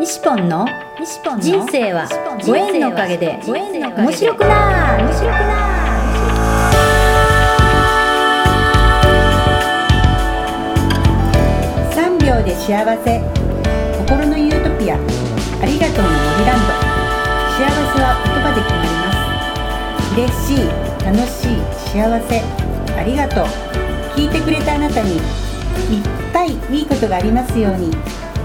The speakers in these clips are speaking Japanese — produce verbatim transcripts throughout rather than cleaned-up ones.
西ポンの人生はご縁のおかげで面白くなー面白くなーさんびょうで幸せ、心のユートピア、ありがとうの森ランド。幸せは言葉で決まります。嬉しい、楽しい、幸せ、ありがとう。聞いてくれたあなたにいっぱいいいことがありますように。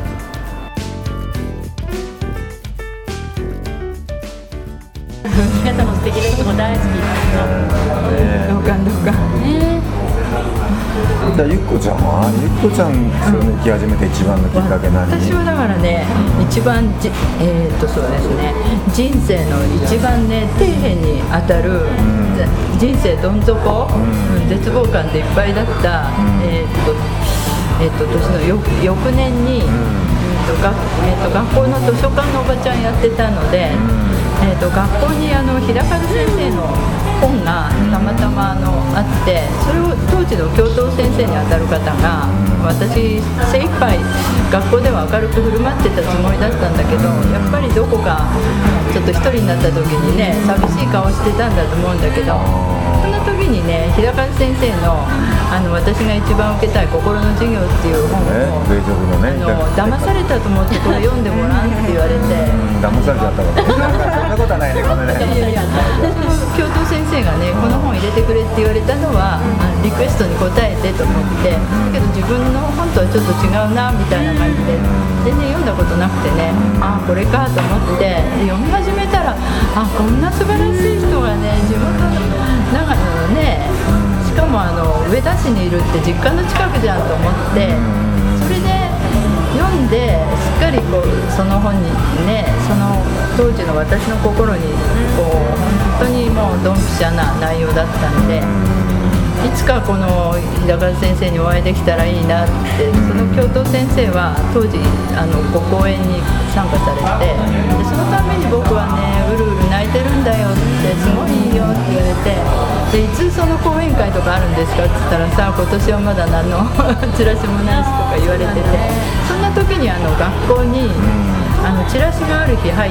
生き方も素敵な人も大好き。同感同感。ね。 じゃあゆっこちゃんはゆっこちゃんそれに行き始めて一番のきっかけ何？ 私はだからね、一番じえー、っとそうですね、人生の一番ね底辺に当たる、うん、人生どん底、うん、絶望感でいっぱいだった、うん、えー、っとえー、っと年の翌翌年に、うんえー、っと学えー、っと学校の図書館のおばちゃんやってたので。うんえー、と学校にあの平和先生の本がたまたまあのあって、それを当時の教頭先生にあたる方が、私精一杯学校では明るく振る舞ってたつもりだったんだけど、やっぱりどこかちょっと一人になった時にね寂しい顔してたんだと思うんだけど、そんな時にね平和先生のあの私が一番受けたい心の授業っていう本を、 ね、のね、 あの騙されたと思ってこれ読んでもらうって言われて騙されちゃったわけそんなことはないね、ごめんね。 いやいやいや教頭先生がねこの本入れてくれって言われたのは、うん、あのリクエストに応えてと思って、だけど自分の本とはちょっと違うなみたいな感じで全然読んだことなくてね、あこれかと思って読み始めたら、あこんな素晴らしい人がね地元の長野のね、しかもあの上田市にいるって実家の近くじゃんと思って、それで読んでしっかりこうその本にね、その当時の私の心にこう本当にもうドンピシャな内容だったんで、いつかこの平和先生にお会いできたらいいなって。その教頭先生は当時あのご講演に参加されて、でそのために僕はねうるうる泣いてるんだよって、すごいいいよって言われて、でいつその講演会とかあるんですかって言ったらさ、今年はまだ何のチラシもないしとか言われてて、そんな時にあの学校にあのチラシがある日入って、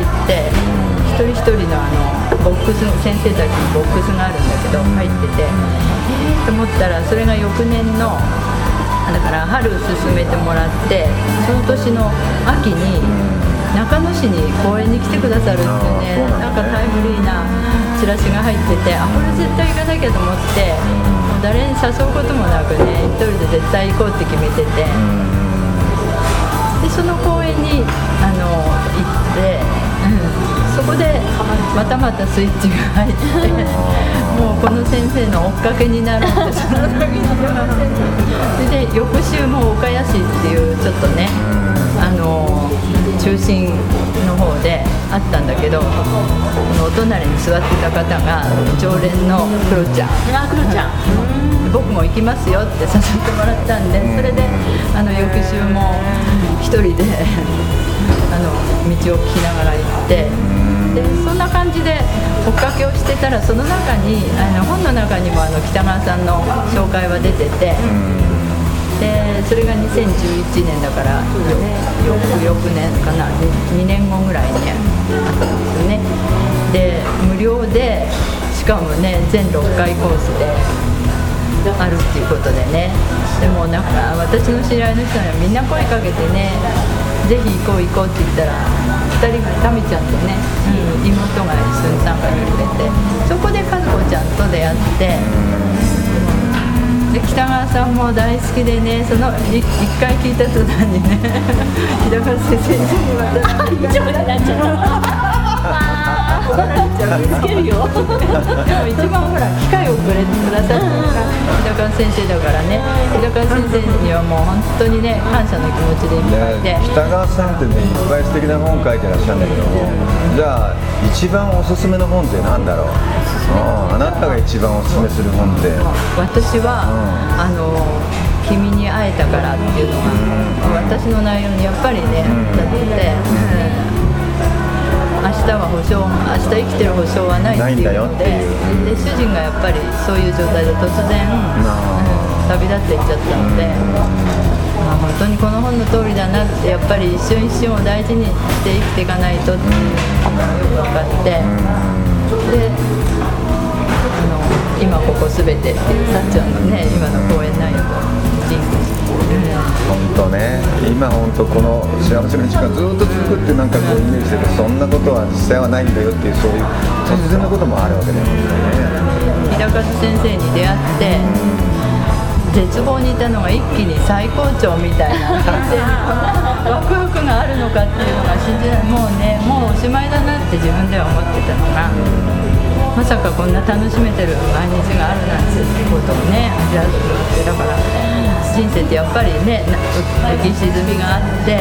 一人一人のあのボックス、先生たちのボックスがあるんだけど入ってて、えーと思ったらそれが翌年のだから春進めてもらって、その年の秋に中野市に講演に来てくださるっていうね、なんかタイムリーなチラシが入ってて、あこれ絶対行かなきゃと思って、もう誰に誘うこともなくね一人で絶対行こうって決めてて、でその公園にあの行って、うん、そこでまたまたスイッチが入ってもうこの先生の追っかけになるってその時にそれで翌週も岡谷市っていうちょっとねあの中心の方であったんだけど、このお隣に座ってた方が常連のクロちゃん、 あクロちゃん、 うん、僕も行きますよって誘ってもらったんで、それであの翌週も一人であの道を聞きながら行って、でそんな感じで追っかけをしてたら、その中にあの本の中にもあの北川さんの紹介は出てて、でそれがにせんじゅういちねんだから翌々年かな、にねんごぐらいにあったんですよね。で無料でしかもね全ろっかいコースであるっていうことでね、でもなんか私の知り合いの人にはみんな声かけてね、ぜひ行こう行こうって言ったらふたりタミちゃんとね、うん、妹が一緒に参加してくれて、そこで和子ちゃんと出会って、で北川さんも大好きでね、そのい一回聞いた途端にね平川先生にまた一緒になっちゃった見つけるよでも一番ほら機会をくれてくださったのが平川先生だからね、平川先生にはもう本当にね感謝の気持ちでいっぱいで、 北川さんってねいっぱい素敵な本書いてらっしゃるんだけど、じゃあ一番おすすめの本って何だろう？あなたが一番おすすめする本って？ 私は、うん、あの君に会えたからっていうのが、うん、私の内容にやっぱりね、うん、だって、うん明日は保証、明日生きてる保証はないっていうので、で主人がやっぱりそういう状態で突然、うん、旅立っていっちゃったので、まあ、本当にこの本の通りだだなって、やっぱり一瞬一瞬を大事にして生きていかないとっていうのがよく分かって、であの今ここすべてっていうさっちゃんのね今の講演内容がリンクして、 本当ね、今本当この幸せの時間ずっと続くってなんかこうイメージしてて、そんなことは実際はないんだよっていう、そういう突然のこともあるわけだよね。 平和先生に出会って絶望にいたのが一気に最高潮みたいなワクワクがあるのかっていうのが信じない、もうねもうおしまいだなって自分では思ってたのが、まさかこんな楽しめてる毎日があるなんてことをね味わうって、だから人生ってやっぱりね浮き沈みがあって、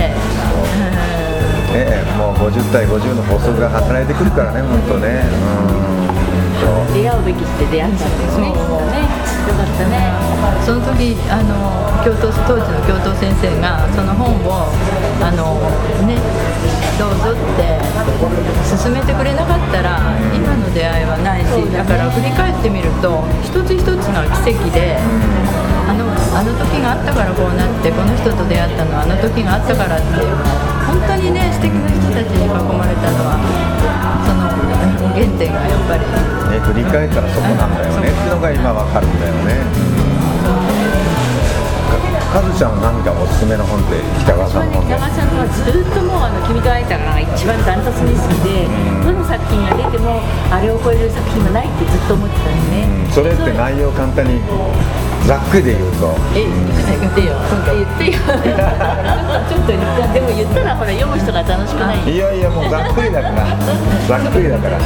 うんね、もうごじゅう対ごじゅうの法則が働いてくるからね、本当ね、 うん、出会うべきって出会ったんですね。よかったね。 その時あの教頭当時の教頭先生がその本をあの、ね、どうぞって勧めてくれなかったら今の出会いはないし、だから振り返ってみると一つ一つが奇跡で、あのあの時があったからこうなって、この人と出会ったのはあの時があったからっていう、本当にね素敵な人たちに囲まれたのはその原点がやっぱり、 ね、振り返ったらそこなんだよねっていうのが今わかるんだよね。かずちゃんは何かおすすめの本って北川さんの本で？ 北川さんのはずっともうあの君と会えたが一番ダントツに好きで、どの作品が出てもあれを超える作品はないってずっと思ってたんですね。 それって内容簡単にざっくりで言うと、 え、言ってよ、言ってよちょっと言った、でも言ったらほら読む人が楽しくない。 いやいやもうざっくりだからざっくりだから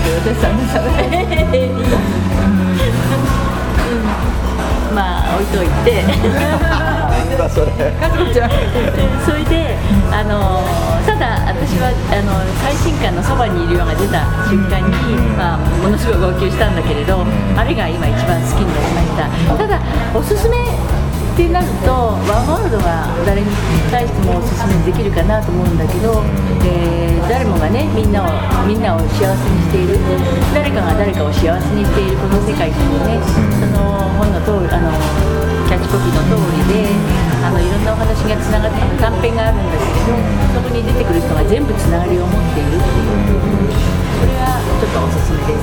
まあ置いといてだそれそれであのただ私はあの最新刊のそばにいるよが出た瞬間に、まあ、ものすごい号泣したんだけれど、あれが今一番好きになりました。ただおすすめってなるとワンワールドが誰に対してもおすすめできるかなと思うんだけど、えー、誰もがねみんなをみんなを幸せにしている、誰かが誰かを幸せにしているこの世界っていうね、その本の通りあのキャッチコピーの通りで、あのいろんなお話がつながっている短編があるんだけれど、そこに出てくる人が全部つながりを持っているっていう、それがちょっとおすすめです。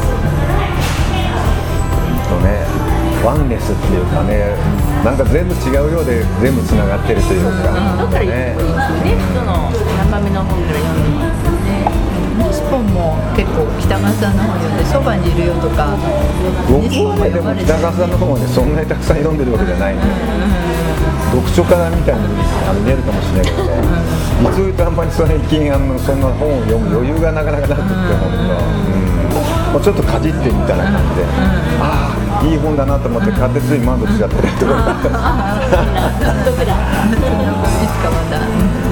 とね、ワンネスっていうかね、なんか全部違うようで全部つながってるというか、 だからいいですね、どの何番目の本から読んでもニスポンも結構北川さんの本読んで、そばにいるよとか、 僕はでも北川さんの本はねそんなにたくさん読んでるわけじゃないんで、読書家みたいにあの見えるかもしれないけどね、実を言うとあんまり最近あのそんな本を読む余裕がなかなかなくって思うと、うん、もうちょっとかじってみたいな感じで、ああいい本だなと思って買ってつい満足しちゃってるところがあったんです。 納得だ。 いつかまた。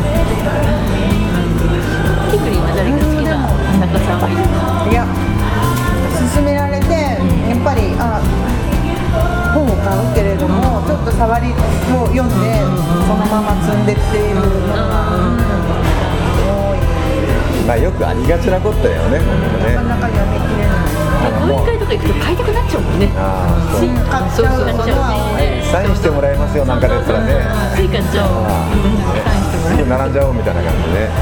テクリンは誰か好きな作家さんはいるの？ いや、勧められて、やっぱりあ本を買うけれども、ちょっと触りを読んで、そのまま積んでっていうのが多い。 まあよくありがちなことだよね、 なかなか読み切れない。 講演会とか行くと買いたくなっちゃうもんね。 ああ、そう。 買っちゃうことは多い。 サインしてもらえますよなんかでやったらね、 つい買っちゃう。 すぐ並んじゃおうみたいな感じで、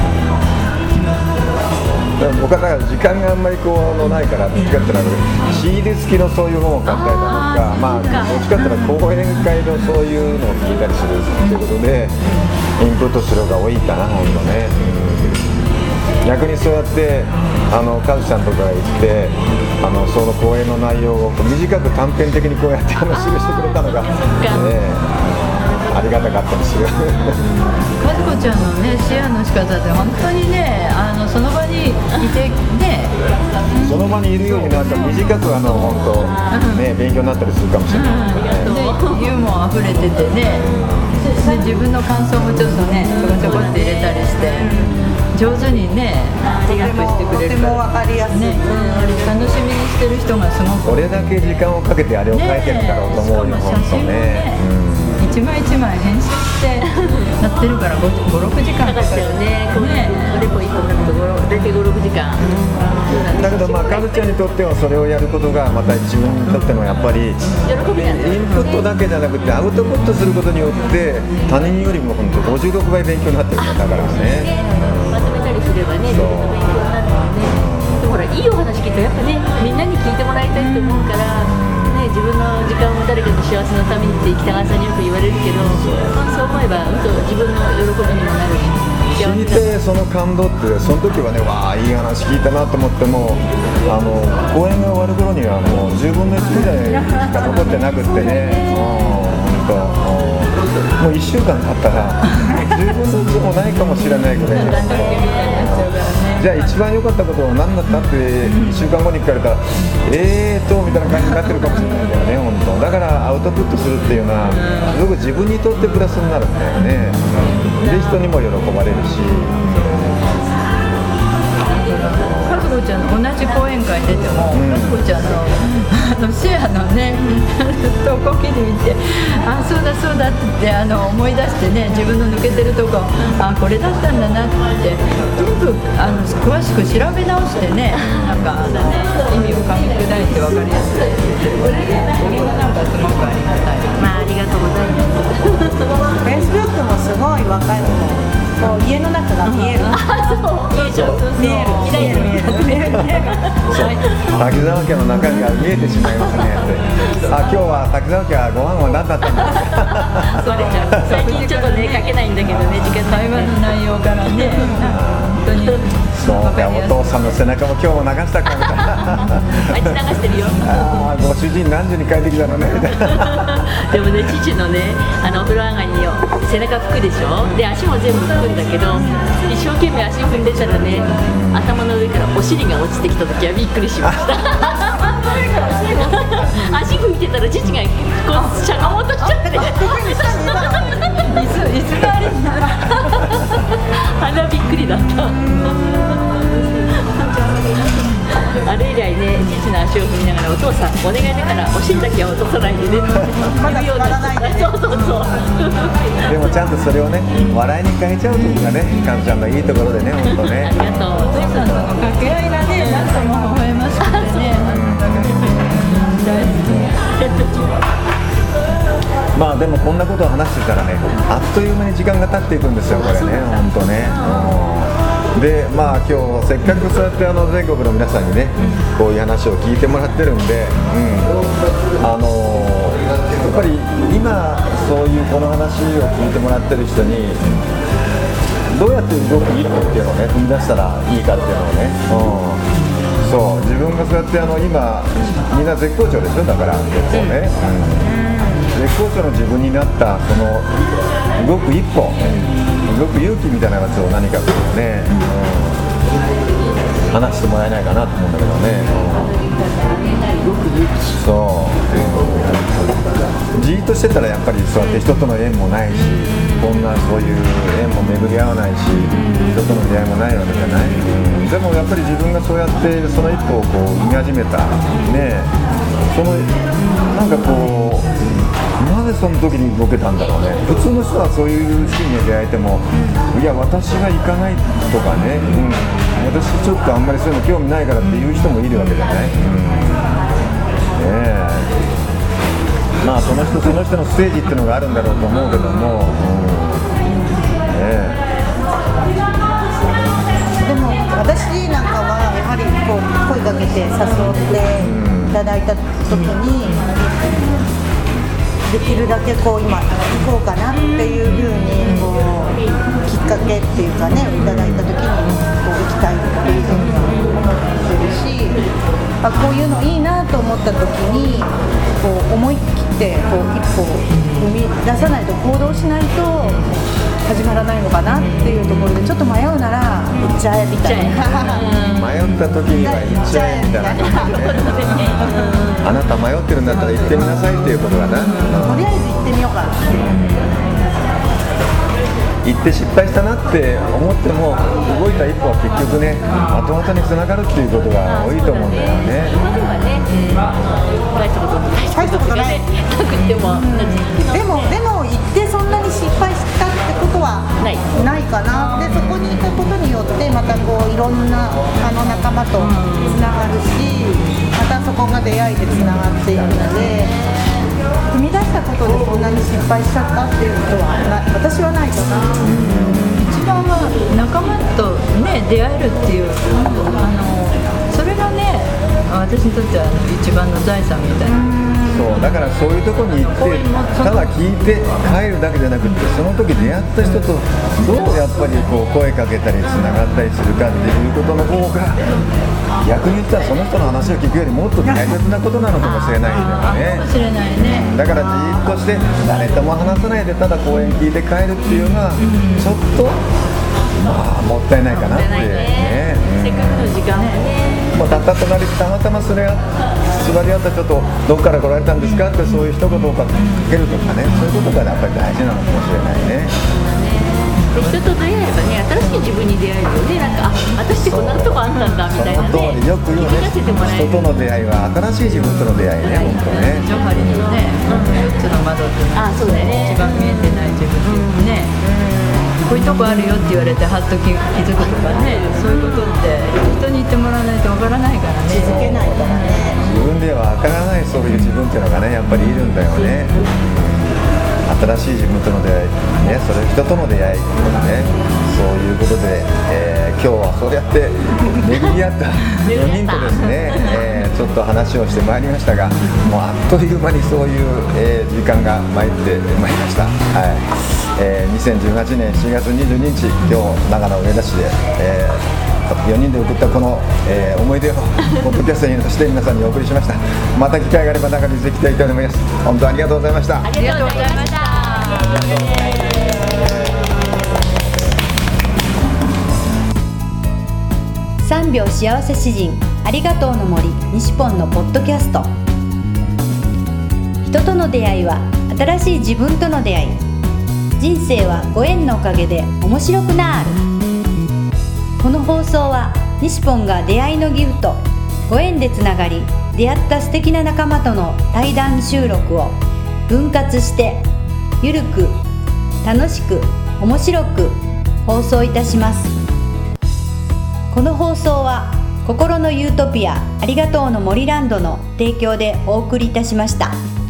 僕はだから時間があんまりこうのないから、どっちかっていうと シーディー 付きのそういう本を買ったりだとか、まあどっちかっていうと講演会のそういうのを聞いたりするっていうことでインプットするのが多いかな、本当ね。逆にそうやってあのカズちゃんとかが言ってあのその講演の内容を短く短編的にこうやってあの記してくれたのが、ね、ありがたかったりする。 和子ちゃんのねシェアの仕方って本当にね、あのその場にいてね、 その場にいるようになんか短くあの本当ね勉強になったりするかもしれないですね。 でユーモア溢れててね、で自分の感想もちょっとねちょこちょこって入れたりして。上手にね、手がしてくれるから、 とても分かりやすい、 ね、楽しみにしてる人がすごく、 これだけ時間をかけてあれを書いてるんだろうと思うよ、本当ね。 一枚一枚編集してやってるからご、ろくじかんかかるよね。 レポいっぽ書くと大体ご、ろくじかん、うん、 だけどまあカズちゃんにとってはそれをやることがまた自分にとってのやっぱり喜びなんだよ。 インプットだけじゃなくてアウトプットすることによって他人よりも本当ごじゅうろくばい勉強になってるんだからね、 まとめたりすればね、自分の勉強になるもんね。でもほら、いいお話聞いたらやっぱね、みんなに聞いてもらいたいと思うから、ね、自分の時間を誰かの幸せのためにって北川さんによく言われるけど、まあ、そう思えば本当自分の喜びにもなるし。 聞いてその感動ってその時はね、わあいい話聞いたなと思っても、あの公演が終わる頃にはもうじゅうぶんのいちぐらいしか残ってなくってね、うんともういっしゅうかん経ったらじゅうぶんのいちもないかもしれないぐらいで、じゃあ一番良かったことは何だったっていっしゅうかんごに聞かれたらえーとみたいな感じになってるかもしれないからね、本当だからアウトプットするっていうのはすごく自分にとってプラスになるんだよね、で人にも喜ばれるし。 和子ちゃんの同じ講演会に出ても、和子ちゃんのあのシェアのね投稿記事見て、あそうだそうだって言ってあの思い出してね、自分の抜けてるとこ、あこれだったんだなって全部あの詳しく調べ直してね、なんか意味を噛み砕いて分かりやすい。これがなんかすごくありがたい。 まあありがとうございます。 フェイスブックもすごい若いのもこう家の中が見える。 あそういいじゃん。 見える見える見える見える見える。 滝沢家の中身が見えてしまいますねって。あ今日は滝沢家はご飯は何だったんだそれちゃう。最近ちょっとね書けないんだけどね、時間会話の内容からね、本当にそうか、お父さんの背中も今日も流したかみたいな。 あいつ流してるよ。 あご主人何時に帰ってきたのねみたいな。 でもね、父のね、あのお風呂上がりに背中拭くでしょ。で足も全部拭くんだけど、一生懸命足踏んでたらね、頭の上からお尻が落ちてきた時はびっくりしました。足拭いてたら父がこうしゃがもうとしちゃって、 椅子椅子がありになる。 あれはびっくりだった。あれ以来ね、父の足を踏みながらお父さんお願いだからお尻だけは落とさないでねって言うようになって。そうそうそう。 でもちゃんとそれをね笑いに変えちゃうというかね、かんちゃんのいいところでね、本当ね。 ありがとう。 お父さんとの掛け合いがね、なんとも微笑ましくてね、大好き。 まあでもこんなことを話してたらね、あっという間に時間が経っていくんですよ、これね、本当ね。でまあ今日せっかくそうやってあの全国の皆さんにねこういう話を聞いてもらってるんで、うん、あのー、やっぱり今そういうこの話を聞いてもらってる人にどうやって動く一歩っていうのをね踏み出したらいいかっていうのをね、うん、そう自分がそうやってあの今みんな絶好調でしょ、だから結構ね、うん、絶好調の自分になったその動く一歩、動く勇気みたいなやつを何かこうね、うん、話してもらえないかなと思うんだけどね、動く勇気、そう、うん、じーっとしてたらやっぱりそうやって人との縁もないし、こんなそういう縁も巡り合わないし、人との出会いもないわけじゃない、うん、でもやっぱり自分がそうやってその一歩をこう見始めたね、そのなんかこうなぜその時に動けたんだろうね。普通の人はそういうシーンに出会えても、いや私が行かないとかね、うん、私ちょっとあんまりそういうの興味ないからっていう人もいるわけじゃない、うん、ねえ、まあその人その人のステージっていうのがあるんだろうと思うけども、うんね、 でも私なんかはやはりこう声かけて誘っていただいた時に、できるだけこう今行こうかなっていう風にこうきっかけっていうかねいただいた時にこう行きたいっていう風に思ってるし、あこういうのいいなと思った時にこう思い切ってこう一歩踏み出さないと、行動しないと始まらないのかなっていうところで、ちょっと迷うなら行っちゃえみたいな、 迷った時には行っちゃえみたいな感じで、あなた迷ってるんだったら行ってみなさいっていうことだな。 とりあえず行ってみようかな。 行って失敗したなって思っても動いた一歩は結局ね後々に繋がるっていうことが多いと思うんだよね。 今ではね、大したこと大したことないなくても、 でもでも行ってそんなに失敗したってことことはないないかな。でそこにいたことによってまたこういろんなあの仲間とつながるし、またそこが出会いでつながっていくので、踏み出したことでそんなに失敗しちゃったっていうことはな私はないかな。 一番は仲間とね出会えるっていう、あのそれがね私にとっては一番の財産みたいな。 そうだからそういうところに行ってただ聞いて帰るだけじゃなくて、その時出会った人とどうやっぱりこう声かけたりつながったりするかっていうことの方が、逆に言ったらその人の話を聞くよりもっと大切なことなのかもしれないんだよね。 かもしれないね。 だからじーっとして誰とも話さないでただ講演聞いて帰るっていうのはちょっとまあもったいないかなっていうね。 せっかくの時間もね、 もうたった隣たまたまそれが座り合った人とどこから来られたんですかってそういう一言をかけるとかね、そういうことがやっぱり大事なのかもしれないね。 で人と出会えばね、新しい自分に出会えるよね。なんかあ私ってこんなとこあったんだみたいなね。 その通りよく言うね、 気づかせてもらえる人との出会いは新しい自分との出会いね、本当ね。 ジョハリにね、よっつの窓ってあそうだよね。 一番見えてない自分ね、こういうとこあるよって言われてはっと気気づくとかね、そういうことって人に言ってもらわないとわからないからね。 気づけないからね。 自分ではわからないそういう自分っていうのがねやっぱりいるんだよね。新しい自分との出会いね、それ人との出会いとかね、そういうことで、えー、今日はそうやって巡り合ったよにんとですね、えー、ちょっと話をしてまいりましたが、もうあっという間にそういう、えー、時間が参ってまいりました。はい、えー、にせんじゅうはちねんしがつにじゅうににち、今日長野上田市で、えー、よにんで送ったこの、えー、思い出をポッドキャストにして皆さんにお送りしました。また機会があれば中に出てきたいと思います。本当ありがとうございました。 ありがとうございました。 さんびょう幸せ詩人ありがとうの森西ポンのポッドキャスト。人との出会いは新しい自分との出会い。人生はご縁のおかげで面白くなる。この放送は西ポンが出会いのギフト、ご縁でつながり出会った素敵な仲間との対談収録を分割してゆるく楽しく面白く放送いたします。この放送は心のユートピアありがとうの森ランドの提供でお送りいたしました。